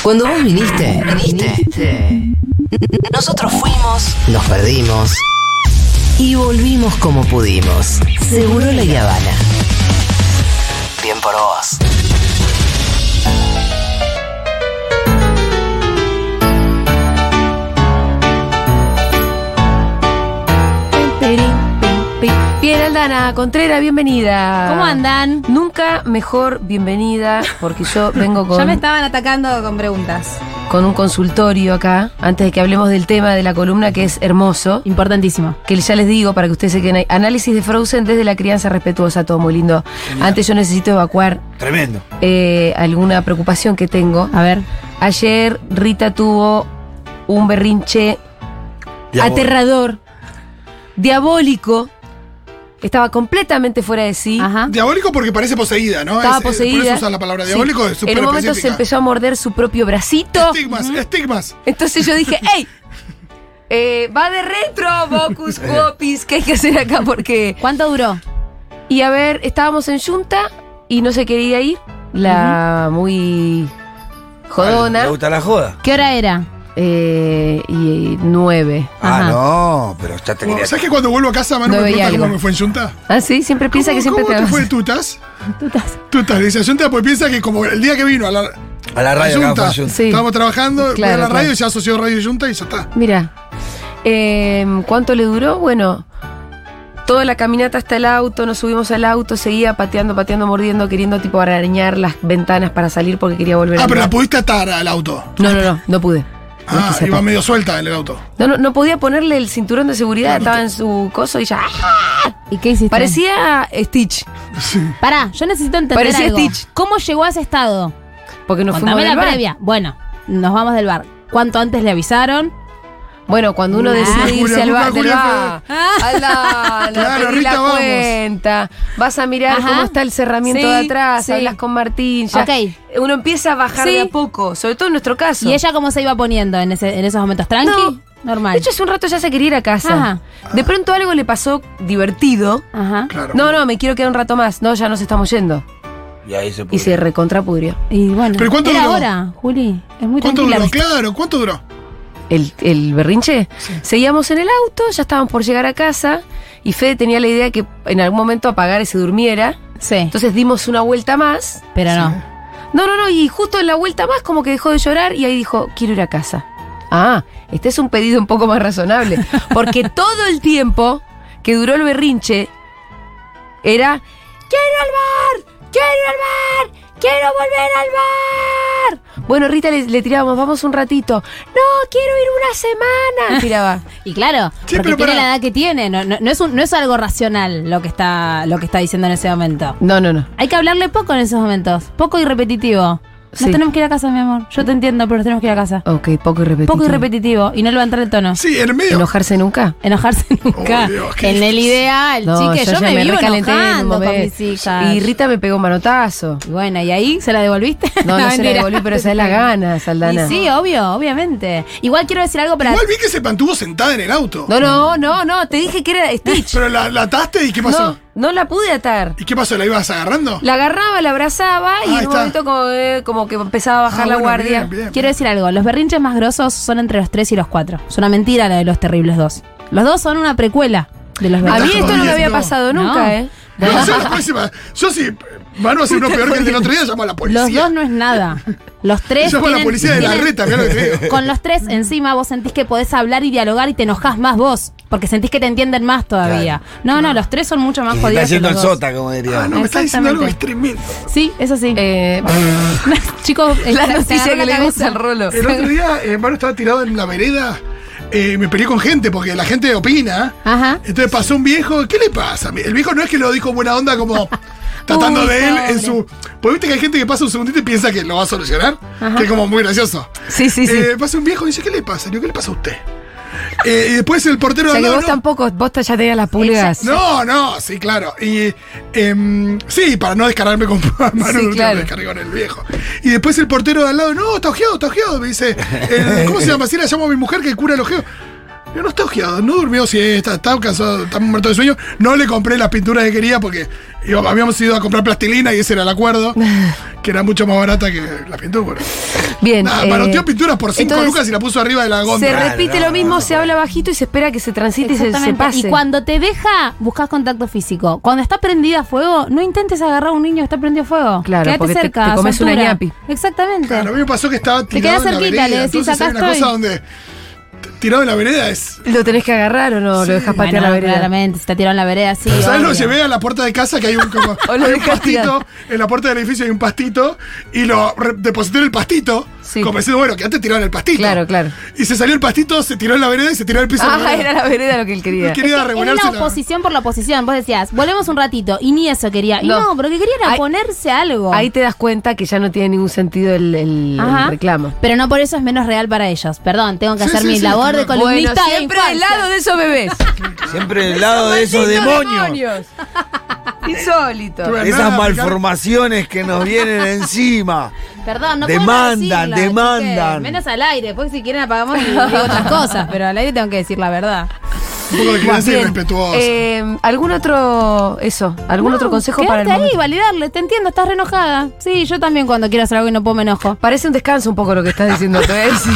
Cuando vos viniste. Nosotros fuimos, nos perdimos y volvimos como pudimos. Seguro La Habana. Bien por vos. Bien, Aldana Contreras, bienvenida. ¿Cómo andan? Nunca mejor bienvenida, porque yo vengo con... Ya me estaban atacando con preguntas. Con un consultorio acá, antes de que hablemos del tema de la columna, que es hermoso. Importantísimo. Que ya les digo, para que ustedes se queden ahí. Análisis de Frozen desde la crianza respetuosa, todo muy lindo. Genial. Antes yo necesito evacuar... Tremendo. Alguna preocupación que tengo. A ver. Ayer Rita tuvo un berrinche aterrador, diabólico. Estaba completamente fuera de sí. Ajá. Diabólico porque parece poseída, ¿no? Estaba poseída. Por eso usa la palabra diabólico, es súper En un momento específica. se empezó a morder su propio bracito. Estigmas. Entonces yo dije, ¡ey! Va de retro, Vocus Popis. ¿Qué hay que hacer acá? Porque... ¿Cuánto duró? Y a ver, estábamos en Junta y no se quería ir. La muy jodona. ¿Le gusta la joda? ¿Qué hora era? Y 9. Ajá. No, pero ya te quería... ¿Sabes que cuando vuelvo a casa, Manu, me pregunta cómo me fue en Junta? Ah, sí, siempre piensa que siempre ¿Cómo te te fue vas. Tutas? Tutas. Dice Junta, pues piensa que como el día que vino a la radio, Junta, acá fue Junta. Sí. estábamos trabajando, Claro, fue a la radio claro. y se asoció Radio Junta y ya está. Mira, ¿cuánto le duró? Bueno, toda la caminata hasta el auto, nos subimos al auto, seguía pateando, mordiendo, queriendo tipo arañar las ventanas para salir porque quería volver a Pero la entrar. pudiste atar al auto. No pude. No Ah, quise iba atar. medio suelta en el auto. No podía ponerle el cinturón de seguridad, Claro, estaba en su coso y ya. ¡ah! ¿Y qué hiciste? Parecía Stitch, Sí. Pará, yo necesito entender Parecía algo. Stitch. ¿Cómo llegó a ese estado? porque nos fuimos Contame del la bar. previa. Bueno, nos vamos del bar. ¿Cuánto antes le avisaron? Bueno, cuando uno decide irse Julia, al bar, Julia, del Julia, bar, Aldana, Claro, pedí Rita, la vamos. cuenta, vas a mirar Ajá. cómo está el cerramiento Sí, de atrás, sí. hablas con Martín, ya. Ok. Uno empieza a bajar Sí. de a poco, sobre todo en nuestro caso. ¿Y ella cómo se iba poniendo en esos momentos? ¿Tranqui? No. Normal. De hecho, hace un rato ya se quería ir a casa. Ajá. De pronto algo le pasó divertido. Ajá. Claro. No, me quiero quedar un rato más. No, ya nos estamos yendo. Y ahí se Y se recontrapudrió. Y bueno, ¿Pero cuánto era duró? hora, Juli. Es muy ¿Cuánto tranquila. duró? Claro, ¿cuánto duró? El berrinche. Seguíamos en el auto, ya estábamos por llegar a casa. Y Fede tenía la idea que en algún momento apagara y se durmiera. Sí, Entonces dimos una vuelta más. pero no. No, y justo en la vuelta más como que dejó de llorar y ahí dijo, quiero ir a casa. Ah, este es un pedido un poco más razonable. Porque todo el tiempo que duró el berrinche era, quiero al bar, quiero ir al bar, quiero volver al bar. Bueno, Rita le tirábamos, vamos un ratito. No, quiero ir una semana. Tiraba. Y claro, Sí, porque pero tiene pará. la edad que tiene. No es algo racional lo que está diciendo en ese momento. No. Hay que hablarle poco en esos momentos. Poco y repetitivo. Sí. Nos tenemos que ir a casa, mi amor. Yo te entiendo, pero nos tenemos que ir a casa. Ok, poco y repetitivo. Poco y repetitivo. Y no levantar el tono. Sí, en el medio. ¿Enojarse nunca? Enojarse nunca. Oh, Dios, qué en el difícil. ideal, chique, yo ya me vivo recalenté en un enojando con momento. mis hijas. Y Rita me pegó un manotazo. Y bueno, ¿y ahí se la devolviste? No se la mentira. devolví, pero sabes las ganas, Aldana. Y sí, obviamente. Igual quiero decir algo para... Igual vi que se mantuvo sentada en el auto. No, te dije que era Stitch. Pero la ataste y ¿qué pasó? No la pude atar. ¿Y qué pasó? ¿La ibas agarrando? La agarraba, la abrazaba y Ahí en un está. momento como que empezaba a bajar la bueno, guardia. bien. Quiero decir algo, los berrinches más grosos son entre los 3 y los 4. Es una mentira la de los terribles 2. Los 2 son una precuela de los A berrinches. mí esto no me había jodiendo. pasado No. nunca, ¿eh? No sé, la próxima. Yo sí. Manu hace uno peor que el del otro día, llamo a la policía. Los 2 no es nada. Los 3 Llamo a la policía de la reta, mirá lo que te digo. Con los 3 encima vos sentís que podés hablar y dialogar y te enojás más vos. Porque sentís que te entienden más todavía. No, los 3 son mucho más Está jodidos que haciendo los el 2. sota, como diría. Ah, no, me está diciendo algo que es Exactamente. tremendo. Sí, eso sí. Chicos, La se noticia agarró que la le gusta cabeza. al rolo. El otro día, Manu estaba tirado en la vereda. Me peleé con gente porque la gente opina. Ajá. Entonces pasó un viejo. ¿Qué le pasa? El viejo no es que lo dijo buena onda como tratando Uy, de él pobre. en su. Porque viste que hay gente que pasa un segundito y piensa que lo va a solucionar. Ajá. Que es como muy gracioso. Sí. Pasa un viejo y dice: ¿Qué le pasa? Digo, ¿qué le pasa a usted? Y después el portero O sea de que al lado, vos tampoco, vos ya tenías las pulgas. No, sí, claro. Y sí, para no descargarme con Manu, Sí, claro. me descargué con el viejo. Y después el portero de al lado, no, está ojeado. Me dice, ¿cómo se llama? Así la llamo a mi mujer que cura el ojeo. Yo no está ojeado, no durmió siesta, estaba cansado, estaba muerto de sueño. No le compré las pinturas que quería porque Y habíamos ido a comprar plastilina y ese era el acuerdo, que era mucho más barata que la pintura. Bien. Nada, manoteó pinturas por 5 entonces, lucas y la puso arriba de la góndola. Se repite lo mismo, se habla bajito y se espera que se transite y se pase. Y cuando te deja, buscas contacto físico. Cuando está prendida a fuego, no intentes agarrar a un niño que está prendido a fuego. Claro, quédate porque cerca, te a su comes una altura. ñapi. Exactamente. Claro, a mí me pasó que estaba Te tirado quedás en la cerquita, vereda. le decís, Entonces acá hay una estoy. cosa donde tirado en la vereda es... ¿Lo tenés que agarrar o no? Sí. ¿Lo dejas patear Bueno, la vereda? claramente, si te tiró en la vereda, sí. ¿Sabes? Lo obvio. llevé a la puerta de casa que hay un, como, O lo hay un dejás pastito. tirado. En la puerta del edificio hay un pastito y lo deposité en el pastito. Sí. Como diciendo, bueno, que antes tirado en el pastito. Claro, claro. Y se salió el pastito, se tiró en la vereda y se tiró al piso. de la Ah, vereda. era la vereda lo que él quería. Él quería Es revolearse la oposición por la oposición. Vos decías, volvemos un ratito. Y ni eso quería. Y No. no, pero que quería era Ahí- ponerse algo. Ahí te das cuenta que ya no tiene ningún sentido el Ajá. reclamo. Pero no por eso es menos real para ellos. Perdón, tengo que Sí, hacer sí, mi sí, labor claro. de columnista Bueno, de siempre infancia. del lado de esos bebés. Siempre del lado de esos demonios. Insólito. Tuve- Esas Nada, malformaciones que nos vienen encima. Perdón, no Demandan, puedo decirla, demandan. chiques. Menos al aire, porque si quieren apagamos y digo otras cosas, pero al aire tengo que decir la verdad. Un poco de crianza Bien. irrespetuosa. ¿Algún otro otro consejo para el quedarte ahí, momento? validarle, te entiendo, estás re enojada. Sí, yo también cuando quiero hacer algo y no puedo me enojo. Parece un descanso un poco lo que estás diciendo. Te voy a decir.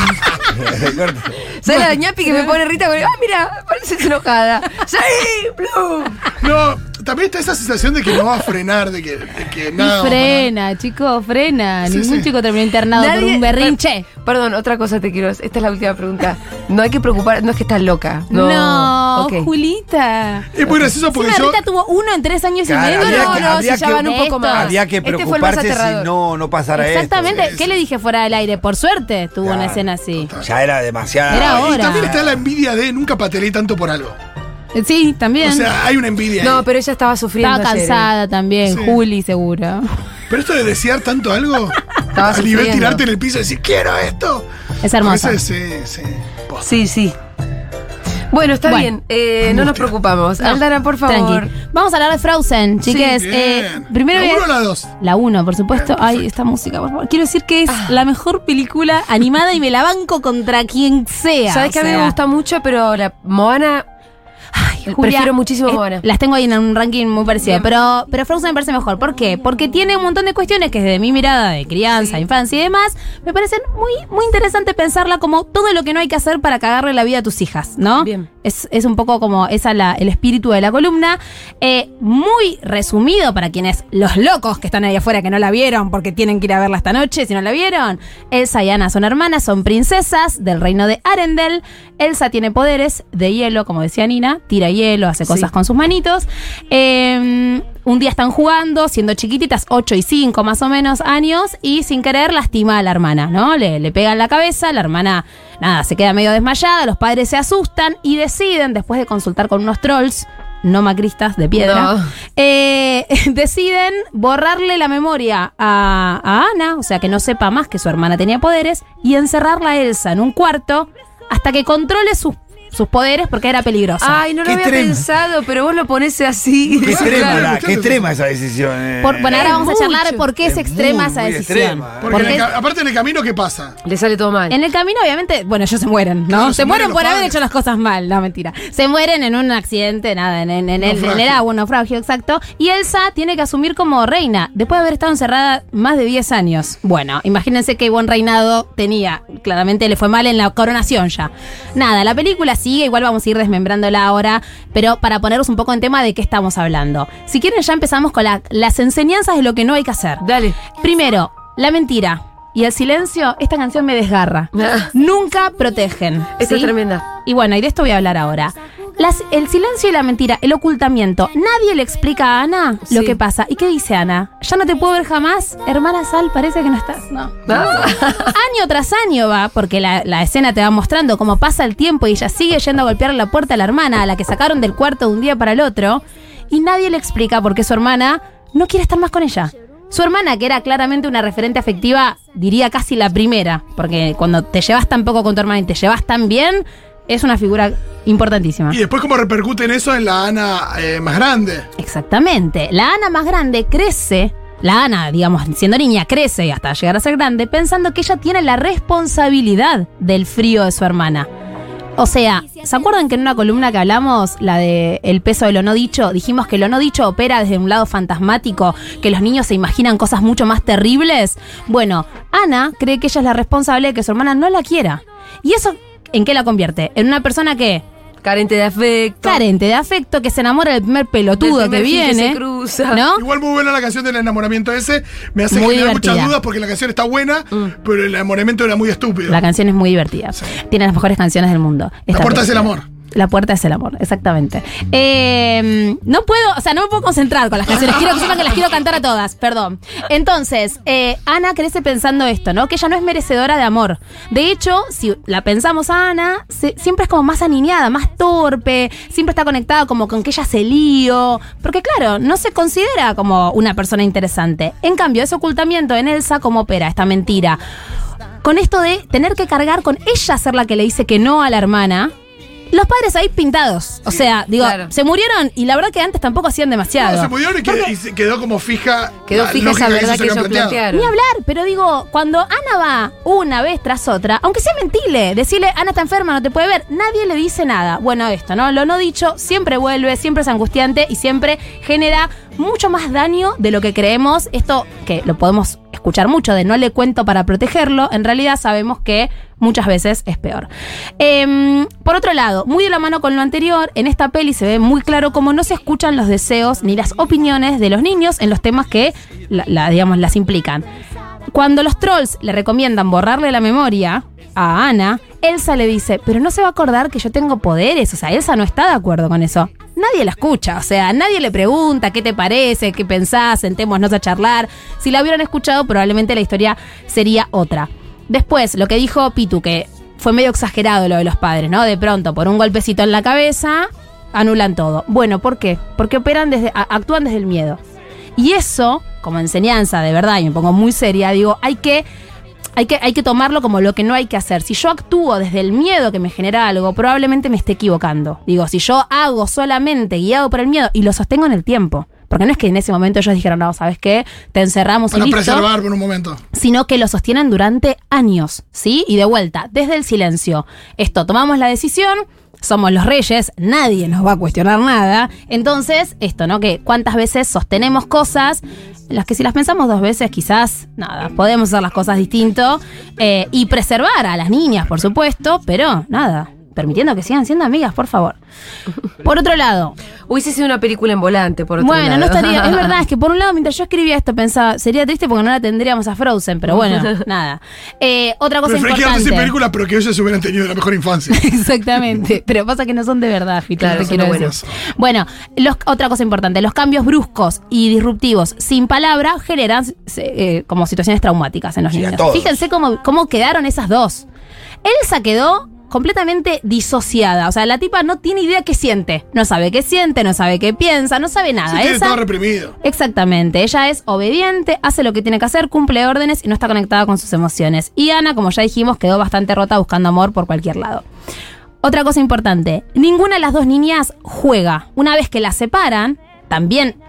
¿Sabes la ñapi que me pone Rita con mira, pareces enojada? ¡Sí! ¡Blum! No, también está esa sensación de que no va a frenar, de que nada. Y frena, chicos, frena. Sí, Ningún sí. chico terminó internado por un berrinche. Perdón, otra cosa te quiero. Esta es la última pregunta. No hay que preocupar, no es que estás loca. No, Ok. Julita. Es muy gracioso porque Encima yo. Rita tuvo uno en 3 años Claro, y medio. habría No, que- no, habría si ya van un que- poco más. Habría que Este fue el más preocuparse si aterrador. no pasara Exactamente. Sí, ¿Qué sí. le dije fuera del aire? Por suerte tuvo una Claro. escena así. esto. Ya era demasiado. Era Y ahora. también está la envidia de nunca patelé tanto por algo. Sí, también. O sea, hay una envidia. No, ahí. pero ella estaba sufriendo. Estaba ayer, cansada también, Sí. Juli, seguro. Pero esto de desear tanto algo, Estaba a nivel sufriendo. tirarte en el piso y decir, quiero esto. Es hermosa. A veces, sí. Posta. Sí, sí. Bueno, está Bueno. bien. No nos preocupamos. No, Aldana, por favor. Tranqui. Vamos a hablar de Frozen, chiques. Bien. Primero ¿La voy a- uno o la 2? La 1, por supuesto. Ay, esta música, por favor. Quiero decir que es la mejor película animada y me la banco contra quien sea. Sabes que a mí me gusta mucho, pero la Moana. Julia, prefiero muchísimo Moana. Las tengo ahí en un ranking muy parecido. Bien. Pero Frozen me parece mejor. ¿Por qué? Porque tiene un montón de cuestiones que desde mi mirada de crianza, infancia y demás, me parecen muy interesante pensarla como todo lo que no hay que hacer para cagarle la vida a tus hijas, ¿no? Bien. Es un poco como el espíritu de la columna. Muy resumido para quienes, los locos que están ahí afuera que no la vieron porque tienen que ir a verla esta noche, si no la vieron. Elsa y Anna son hermanas, son princesas del reino de Arendelle. Elsa tiene poderes de hielo, como decía Nina, tira hielo, hace cosas Sí. con sus manitos. Un día están jugando, siendo chiquititas, 8 y 5 más o menos años, y sin querer lastima a la hermana, ¿no? Le pega en la cabeza, la hermana, nada, se queda medio desmayada, los padres se asustan y deciden, después de consultar con unos trolls, no macristas de piedra, No. deciden borrarle la memoria a Ana, o sea, que no sepa más que su hermana tenía poderes, y encerrarla a Elsa en un cuarto hasta que controle sus poderes porque era peligrosa. Ay, no lo Qué había trema. pensado, pero vos lo pones así. Qué extrema, Claro, qué extrema esa decisión. Bueno, ahora vamos a charlar mucho. por qué es Es extrema muy, esa muy decisión. extrema, Porque en Porque aparte en el camino, ¿qué pasa? Le sale todo mal. en el camino, obviamente, bueno, ellos se mueren, ¿no? Claro, se se mueren mueren por los haber padres. hecho las cosas mal, no, mentira. Se mueren en un accidente, nada, en el agua, un naufragio, exacto. Y Elsa tiene que asumir como reina, después de haber estado encerrada más de 10 años. Bueno, imagínense qué buen reinado tenía. Claramente le fue mal en la coronación ya. Nada, la película sigue, igual vamos a ir desmembrándola ahora, pero para ponernos un poco en tema de qué estamos hablando. Si quieren, ya empezamos con las enseñanzas de lo que no hay que hacer. Dale. Primero, la mentira y el silencio. Esta canción me desgarra. Nunca protegen. Esta es ¿sí? tremenda. Y bueno, y de esto voy a hablar ahora. El silencio y la mentira, el ocultamiento. Nadie le explica a Ana lo Sí. que pasa. ¿Y qué dice Ana? ¿Ya no te puedo ver jamás? Hermana Sal, parece que no estás. No. Año tras año va, porque la escena te va mostrando cómo pasa el tiempo y ella sigue yendo a golpear la puerta a la hermana, a la que sacaron del cuarto de un día para el otro. Y nadie le explica por qué su hermana no quiere estar más con ella. Su hermana, que era claramente una referente afectiva, diría casi la primera, porque cuando te llevas tan poco con tu hermana y te llevas tan bien, es una figura importantísima. Y después cómo repercute en eso en la Ana más grande. Exactamente. La Ana más grande crece, la Ana, digamos, siendo niña, crece hasta llegar a ser grande, pensando que ella tiene la responsabilidad del frío de su hermana. O sea, ¿se acuerdan que en una columna que hablamos, la de el peso de lo no dicho, dijimos que lo no dicho opera desde un lado fantasmático, que los niños se imaginan cosas mucho más terribles? Bueno, Ana cree que ella es la responsable de que su hermana no la quiera. ¿Y eso en qué la convierte? En una persona que... Carente de afecto, que se enamora del primer pelotudo del primer que gil viene. que se cruza. ¿No? Igual muy buena la canción del enamoramiento ese. Me hace Muy generar divertida. muchas dudas porque la canción está buena, pero el enamoramiento era muy estúpido. La canción es muy divertida. Tiene las mejores canciones del mundo. La puerta es el amor. La puerta es el amor, exactamente. No me puedo concentrar con las canciones. Quiero que sepan que las quiero cantar a todas, perdón. Entonces, Ana crece pensando esto, ¿no? Que ella no es merecedora de amor. De hecho, si la pensamos a Ana, siempre es como más aniñada, más torpe, siempre está conectada como con que ella se lío. Porque claro, no se considera como una persona interesante. En cambio, ese ocultamiento en Elsa, ¿cómo opera esta mentira? Con esto de tener que cargar con ella ser la que le dice que no a la hermana. Los padres ahí pintados. O sea, digo, claro. Se murieron y la verdad que antes tampoco hacían demasiado. No, se murieron y se quedó como fija. Quedó la fija lógica esa verdad se que ellos habían planteado. plantearon. Ni hablar, pero digo, cuando Ana va una vez tras otra, aunque sea mentirle, decirle, Ana está enferma, no te puede ver, nadie le dice nada. Bueno, esto, ¿no? Lo no dicho siempre vuelve, siempre es angustiante y siempre genera mucho más daño de lo que creemos. Esto que lo podemos escuchar mucho de no le cuento para protegerlo, en realidad sabemos que muchas veces es peor. Por otro lado, muy de la mano con lo anterior, en esta peli se ve muy claro cómo no se escuchan los deseos ni las opiniones de los niños en los temas que digamos, las implican. Cuando los trolls le recomiendan borrarle la memoria a Ana, Elsa le dice, pero no se va a acordar que yo tengo poderes. O sea, Elsa no está de acuerdo con eso. Nadie la escucha, o sea, nadie le pregunta qué te parece, qué pensás, sentémonos a charlar. Si la hubieran escuchado, probablemente la historia sería otra. Después, lo que dijo Pitu, que fue medio exagerado lo de los padres, ¿no? De pronto, por un golpecito en la cabeza, anulan todo. Bueno, ¿por qué? Porque actúan desde el miedo. Y eso, como enseñanza de verdad, y me pongo muy seria, digo, hay que tomarlo como lo que no hay que hacer. Si yo actúo desde el miedo que me genera algo, probablemente me esté equivocando. Digo, si yo hago solamente guiado por el miedo y lo sostengo en el tiempo, porque no es que en ese momento ellos dijeron, no, ¿sabes qué? Te encerramos Para y listo. preservar por un momento. Sino que lo sostienen durante años, ¿sí? Y de vuelta, desde el silencio. Esto, tomamos la decisión, somos los reyes, nadie nos va a cuestionar nada. Entonces, esto, ¿no? Que cuántas veces sostenemos cosas en las que si las pensamos dos veces, quizás, nada, podemos hacer las cosas distinto y preservar a las niñas, por supuesto, pero nada, permitiendo que sigan siendo amigas, por favor. Por otro lado... Hubiese sido una película en volante, por otro lado. Bueno, no estaría... Es verdad, es que por un lado, mientras yo escribía esto, pensaba, sería triste porque no la tendríamos a Frozen, pero bueno, nada. Otra cosa Preferí importante... sin películas, pero que ellos hubieran tenido la mejor infancia. Exactamente, pero pasa que no son de verdad, Fito, Claro, te son quiero buenos. decir. Bueno, otra cosa importante, los cambios bruscos y disruptivos sin palabra generan como situaciones traumáticas en los Sí, a niños. todos. Fíjense cómo quedaron esas dos. Elsa quedó completamente disociada, o sea, la tipa no tiene idea qué siente, no sabe qué siente, no sabe qué piensa, no sabe nada. Sí, tiene Elsa, todo reprimido. exactamente, ella es obediente, hace lo que tiene que hacer, cumple órdenes y no está conectada con sus emociones. Y Ana, como ya dijimos, quedó bastante rota buscando amor por cualquier lado. Otra cosa importante, ninguna de las dos niñas juega. Una vez que las separan, también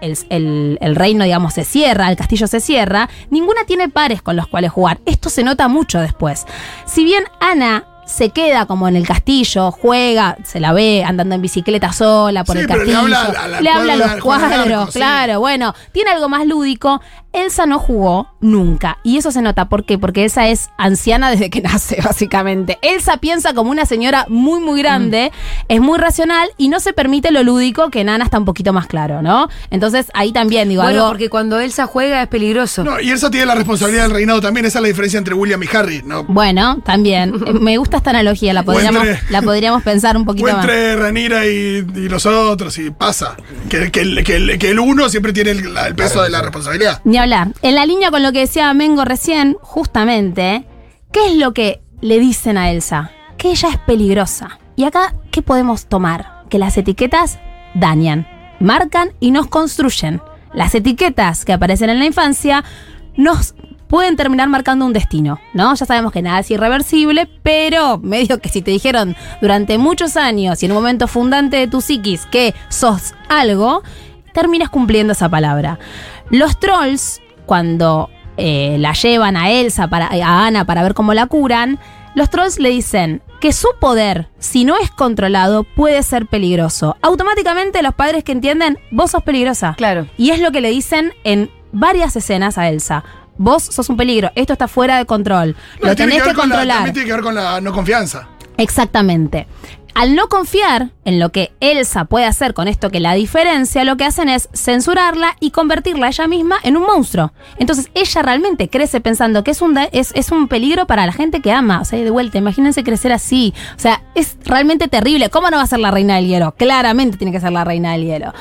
el reino, digamos, se cierra, el castillo se cierra, ninguna tiene pares con los cuales jugar. Esto se nota mucho después. Si bien Ana se queda como en el castillo, juega, se la ve andando en bicicleta sola por Sí, el pero castillo. le habla a los cuadros, sí. claro, bueno, tiene algo más lúdico. Elsa no jugó nunca. Y eso se nota, ¿por qué? Porque Elsa es anciana desde que nace, básicamente. Elsa piensa como una señora muy, muy grande, es muy racional y no se permite lo lúdico, que en Ana está un poquito más claro, ¿no? Entonces ahí también digo Bueno, algo... porque cuando Elsa juega es peligroso. No, y Elsa tiene la responsabilidad del reinado también. Esa es la diferencia entre William y Harry, ¿no? Bueno, también. Me gusta esta analogía, la podríamos pensar un O poquito más. entre Rhaenyra y los otros, y pasa. Que el uno siempre tiene el peso de la responsabilidad. Ni hablar. En la línea con lo que decía Mengo recién, justamente, ¿qué es lo que le dicen a Elsa? Que ella es peligrosa. Y acá, ¿qué podemos tomar? Que las etiquetas dañan, marcan y nos construyen. Las etiquetas que aparecen en la infancia nos pueden terminar marcando un destino, ¿no? Ya sabemos que nada es irreversible, pero medio que si te dijeron durante muchos años y en un momento fundante de tu psiquis que sos algo, terminas cumpliendo esa palabra. Los trolls, cuando la llevan a Elsa, a Ana, para ver cómo la curan, los trolls le dicen que su poder, si no es controlado, puede ser peligroso. Automáticamente los padres que entienden, vos sos peligrosa. Claro. Y es lo que le dicen en varias escenas a Elsa. Vos sos un peligro, esto está fuera de control. Lo tenés que controlar. También tiene que ver con la no confianza. Exactamente. Al no confiar en lo que Elsa puede hacer con esto que la diferencia, lo que hacen es censurarla y convertirla ella misma en un monstruo. Entonces ella realmente crece pensando que es un peligro para la gente que ama. O sea, de vuelta, imagínense crecer así. O sea, es realmente terrible. ¿Cómo no va a ser la reina del hielo? Claramente tiene que ser la reina del hielo.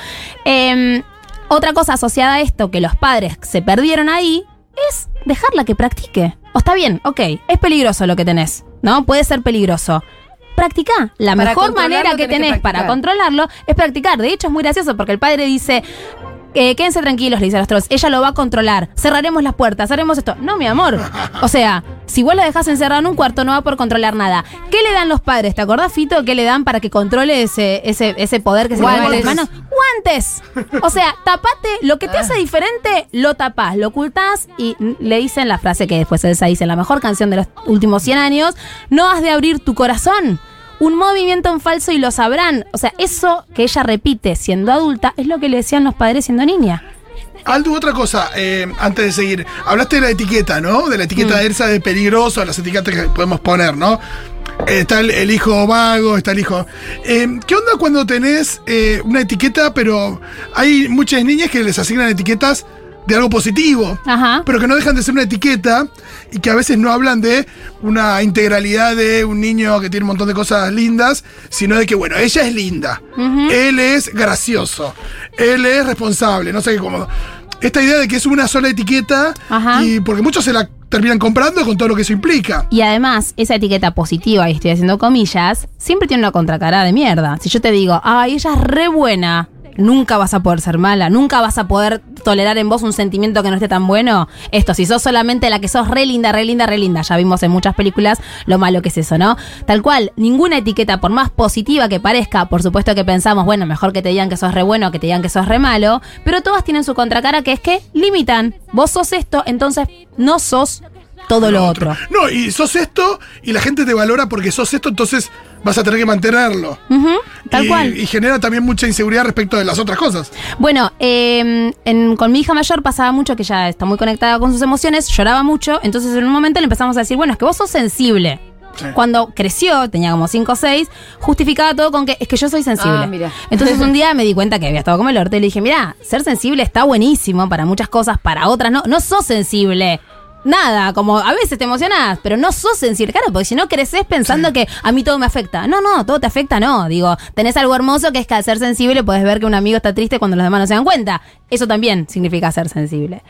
Otra cosa asociada a esto que los padres se perdieron ahí es dejarla que practique. O está bien, ok, es peligroso lo que tenés, ¿no? Puede ser peligroso. Practicá. La Para mejor manera que tenés practicar. para controlarlo es practicar. De hecho, es muy gracioso porque el padre dice, quédense tranquilos, le dice a los trolls, ella lo va a controlar, cerraremos las puertas, haremos esto. No, mi amor. O sea, si vos la dejás encerrada en un cuarto, no va a poder controlar nada. ¿Qué le dan los padres? ¿Te acordás, Fito? ¿Qué le dan para que controle ese poder que se le da en las manos? ¡Guantes! O sea, tapate, lo que te hace diferente, lo tapás, lo ocultás y le dicen la frase que después Elsa dice en la mejor canción de los últimos 100 años, no has de abrir tu corazón. Un movimiento en falso y lo sabrán. O sea, eso que ella repite siendo adulta es lo que le decían los padres siendo niña. Aldo, otra cosa, antes de seguir. Hablaste de la etiqueta, ¿no? De la etiqueta de Elsa de peligroso, las etiquetas que podemos poner, ¿no? Está el hijo vago, está el hijo... ¿Qué onda cuando tenés una etiqueta, pero hay muchas niñas que les asignan etiquetas de algo positivo, Ajá. pero que no dejan de ser una etiqueta y que a veces no hablan de una integralidad de un niño que tiene un montón de cosas lindas, sino de que, bueno, ella es linda, él es gracioso, él es responsable, no sé qué cómo. Esta idea de que es una sola etiqueta, Ajá. y porque muchos se la terminan comprando con todo lo que eso implica. Y además, esa etiqueta positiva, y estoy haciendo comillas, siempre tiene una contracara de mierda. Si yo te digo, ay, ella es re buena, nunca vas a poder ser mala, nunca vas a poder tolerar en vos un sentimiento que no esté tan bueno. Esto, si sos solamente la que sos re linda, re linda, re linda, ya vimos en muchas películas lo malo que es eso, ¿no? Tal cual, ninguna etiqueta, por más positiva que parezca, por supuesto que pensamos, bueno, mejor que te digan que sos re bueno que te digan que sos re malo, pero todas tienen su contracara que es que limitan. Vos sos esto, entonces no sos todo lo otro. No, y sos esto y la gente te valora porque sos esto, entonces vas a tener que mantenerlo. Tal cual. Y genera también mucha inseguridad respecto de las otras cosas. Bueno, con mi hija mayor pasaba mucho que ella está muy conectada con sus emociones, lloraba mucho, entonces en un momento le empezamos a decir, bueno, es que vos sos sensible. Sí. Cuando creció, tenía como 5 o 6, justificaba todo con que es que yo soy sensible. Ah, mira. Entonces un día me di cuenta que había estado como el orto y le dije, mira, ser sensible está buenísimo para muchas cosas, para otras no sos sensible. Nada, como a veces te emocionás, pero no sos sensible, claro, porque si no creces pensando que a mí todo me afecta. No, todo te afecta, no. Digo, tenés algo hermoso que es que al ser sensible puedes ver que un amigo está triste cuando los demás no se dan cuenta. Eso también significa ser sensible.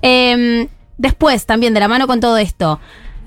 Después, también de la mano con todo esto,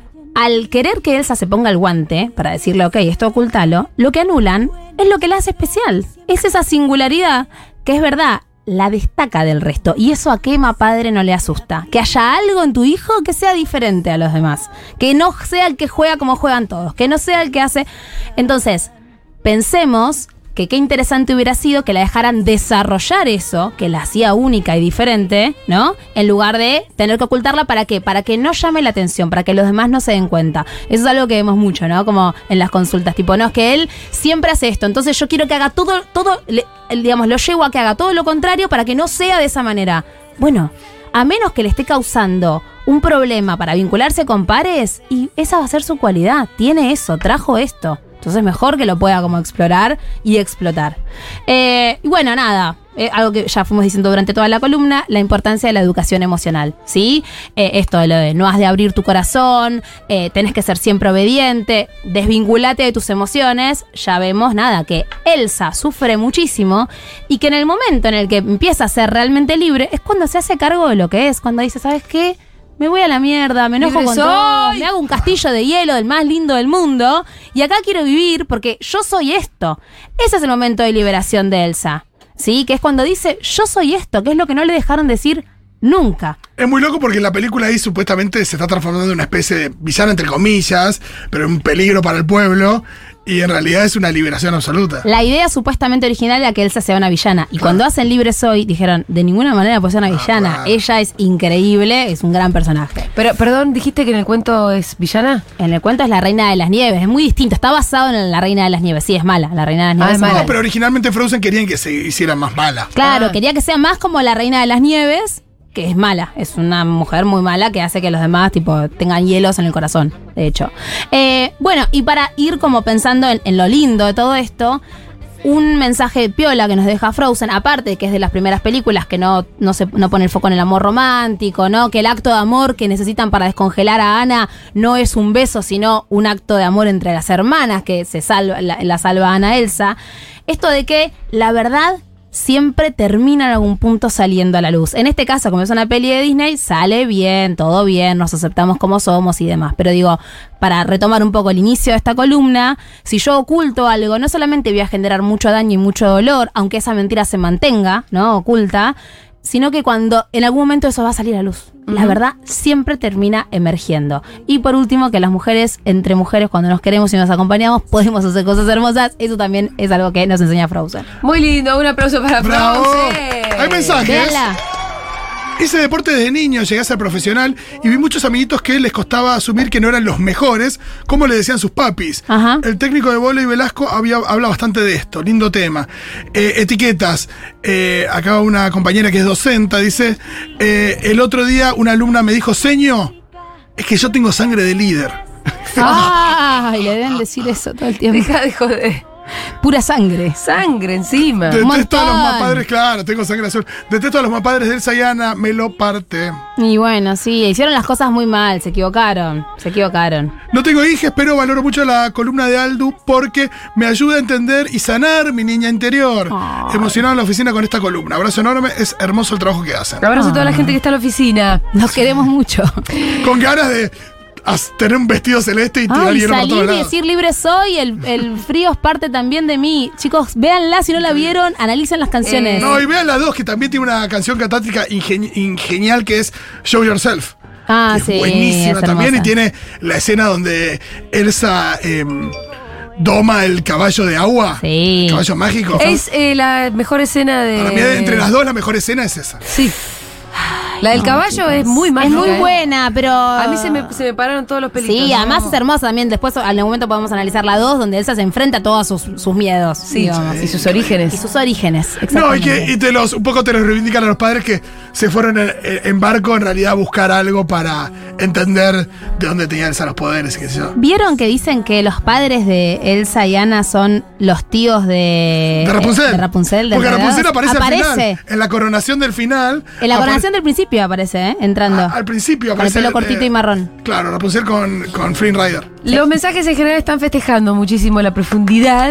al querer que Elsa se ponga el guante para decirle, ok, esto ocúltalo, lo que anulan es lo que la hace especial. Es esa singularidad que es verdad, la destaca del resto. Y eso a qué padre no le asusta. Que haya algo en tu hijo que sea diferente a los demás. Que no sea el que juega como juegan todos. Que no sea el que hace... Entonces, pensemos que qué interesante hubiera sido que la dejaran desarrollar eso, que la hacía única y diferente, ¿no? En lugar de tener que ocultarla, ¿para qué? Para que no llame la atención, para que los demás no se den cuenta. Eso es algo que vemos mucho, ¿no? Como en las consultas, tipo, no, es que él siempre hace esto, entonces yo quiero que haga todo, digamos, lo llevo a que haga todo lo contrario para que no sea de esa manera. Bueno, a menos que le esté causando un problema para vincularse con pares, y esa va a ser su cualidad, tiene eso, trajo esto. Entonces mejor que lo pueda como explorar y explotar. Y bueno, nada, algo que ya fuimos diciendo durante toda la columna, la importancia de la educación emocional, ¿sí? Esto de lo de no has de abrir tu corazón, tenés que ser siempre obediente, desvinculate de tus emociones. Ya vemos, nada, que Elsa sufre muchísimo y que en el momento en el que empieza a ser realmente libre es cuando se hace cargo de lo que es, cuando dice, ¿sabes qué? Me voy a la mierda, me enojo Libre con soy. todo, me hago un castillo de hielo, el más lindo del mundo, y acá quiero vivir porque yo soy esto. Ese es el momento de liberación de Elsa, ¿sí? Que es cuando dice, yo soy esto, que es lo que no le dejaron decir nunca. Es muy loco porque en la película ahí supuestamente se está transformando en una especie de villana, entre comillas, pero un peligro para el pueblo. y en realidad es una liberación absoluta. La idea supuestamente original era que Elsa sea una villana. Y cuando hacen Libre Soy, dijeron, de ninguna manera puede ser una villana. claro. Ella es increíble, es un gran personaje. Pero, perdón, ¿dijiste que en el cuento es villana? En el cuento es la Reina de las Nieves, es muy distinto. Está basado en la Reina de las Nieves. Sí, es mala. La Reina de las Nieves es es mala. mala. No, pero originalmente Frozen querían que se hiciera más mala. Claro, quería que sea más como la Reina de las Nieves, que es mala. Es una mujer muy mala que hace que los demás tipo tengan hielos en el corazón, de hecho. Bueno, y para ir como pensando en lo lindo de todo esto, un mensaje piola que nos deja Frozen, aparte de que es de las primeras películas que no pone el foco en el amor romántico, ¿no? Que el acto de amor que necesitan para descongelar a Anna no es un beso, sino un acto de amor entre las hermanas que la salva a Anna Elsa. Esto de que la verdad siempre termina en algún punto saliendo a la luz. En este caso, como es una peli de Disney, sale bien, todo bien, nos aceptamos como somos y demás. Pero digo, para retomar un poco el inicio de esta columna, si yo oculto algo, no solamente voy a generar mucho daño y mucho dolor, aunque esa mentira se mantenga, ¿no? Oculta, sino que cuando en algún momento eso va a salir a luz. La verdad siempre termina emergiendo. Y por último, que las mujeres, entre mujeres, cuando nos queremos y nos acompañamos, podemos hacer cosas hermosas. Eso también es algo que nos enseña Frozen. Muy lindo, un aplauso para ¡Bravo! Frozen. Hay mensajes. Véanla. Hice deporte desde niño, llegué a ser profesional y vi muchos amiguitos que les costaba asumir que no eran los mejores, como le decían sus papis. Ajá. El técnico de vóley Velasco habla bastante de esto, lindo tema. Etiquetas. Acá una compañera que es docente dice, el otro día una alumna me dijo, seño, es que yo tengo sangre de líder. Ay, le deben decir eso todo el tiempo. Deja de joder. Pura sangre. Sangre encima. Detesto a los montón. mapadres, claro, tengo sangre azul. Detesto a los mapadres de Elsa y Anna, me lo parte. Y bueno, sí, hicieron las cosas muy mal, se equivocaron. No tengo hijas, pero valoro mucho la columna de Aldu porque me ayuda a entender y sanar mi niña interior. Ay. Emocionado en la oficina con esta columna. Abrazo enorme, es hermoso el trabajo que hacen. Abrazo a toda la gente que está en la oficina. Nos queremos mucho. Con ganas de tener un vestido celeste y tirar Ay, hielo por todos salir y lados. decir libre soy, el frío es parte también de mí. Chicos, véanla, si no la vieron, analicen las canciones. No, y vean la 2, que también tiene una canción cantántica genial que es Show Yourself. Ah, Que es sí, buenísima es también y hermosa. tiene la escena donde Elsa doma el caballo de agua. Sí. Caballo mágico. Es la mejor escena de... Para mí, entre las dos, la mejor escena es esa. Sí. La del caballo es muy Es mágica. muy buena, pero... A mí se me pararon todos los pelitos. Sí, además es hermosa también. Después, al momento podemos analizar la 2, donde Elsa se enfrenta a todos sus miedos. Sí, digamos. y sus orígenes. Y sus orígenes, No, y exactamente. que un poco te los reivindican a los padres que se fueron en barco en realidad a buscar algo para entender de dónde tenían Elsa los poderes y qué sé yo. ¿Vieron que dicen que los padres de Elsa y Anna son los tíos de Rapunzel. de Rapunzel, de Porque Enredados? Rapunzel aparece al final. En la coronación del final. En la coronación del principio aparece, entrando. Al principio Con el aparece. pelo cortito y marrón. Claro, Rapunzel con Flynn Rider. Los mensajes en general están festejando muchísimo la profundidad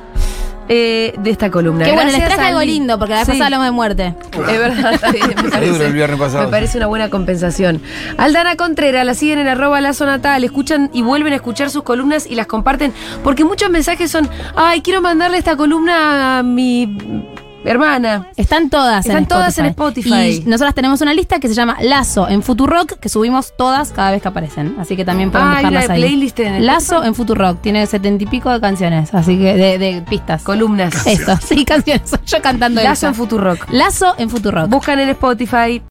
de esta columna. Que bueno, les Gracias, traje algo Aldi. lindo, porque la vez Sí. pasada hablamos de muerte. Es verdad, está bien, me Duro el viernes pasado. me parece una buena compensación. Aldana Contreras, la siguen en @lazonatal, escuchan y vuelven a escuchar sus columnas y las comparten, porque muchos mensajes son, ay, quiero mandarle esta columna a mi hermana. Están todas en Spotify. Y nosotras tenemos una lista que se llama Lazo en Futurock, que subimos todas cada vez que aparecen. Así que también pueden Ah, hay buscarlas una ahí. playlist en el Lazo Spotify. en Futurock. Tiene 70 y pico de canciones. Así que de pistas. Columnas. Esto, sí, canciones. Soy yo cantando Lazo eso. en Futurock. Lazo en Futurock. Buscan en Spotify.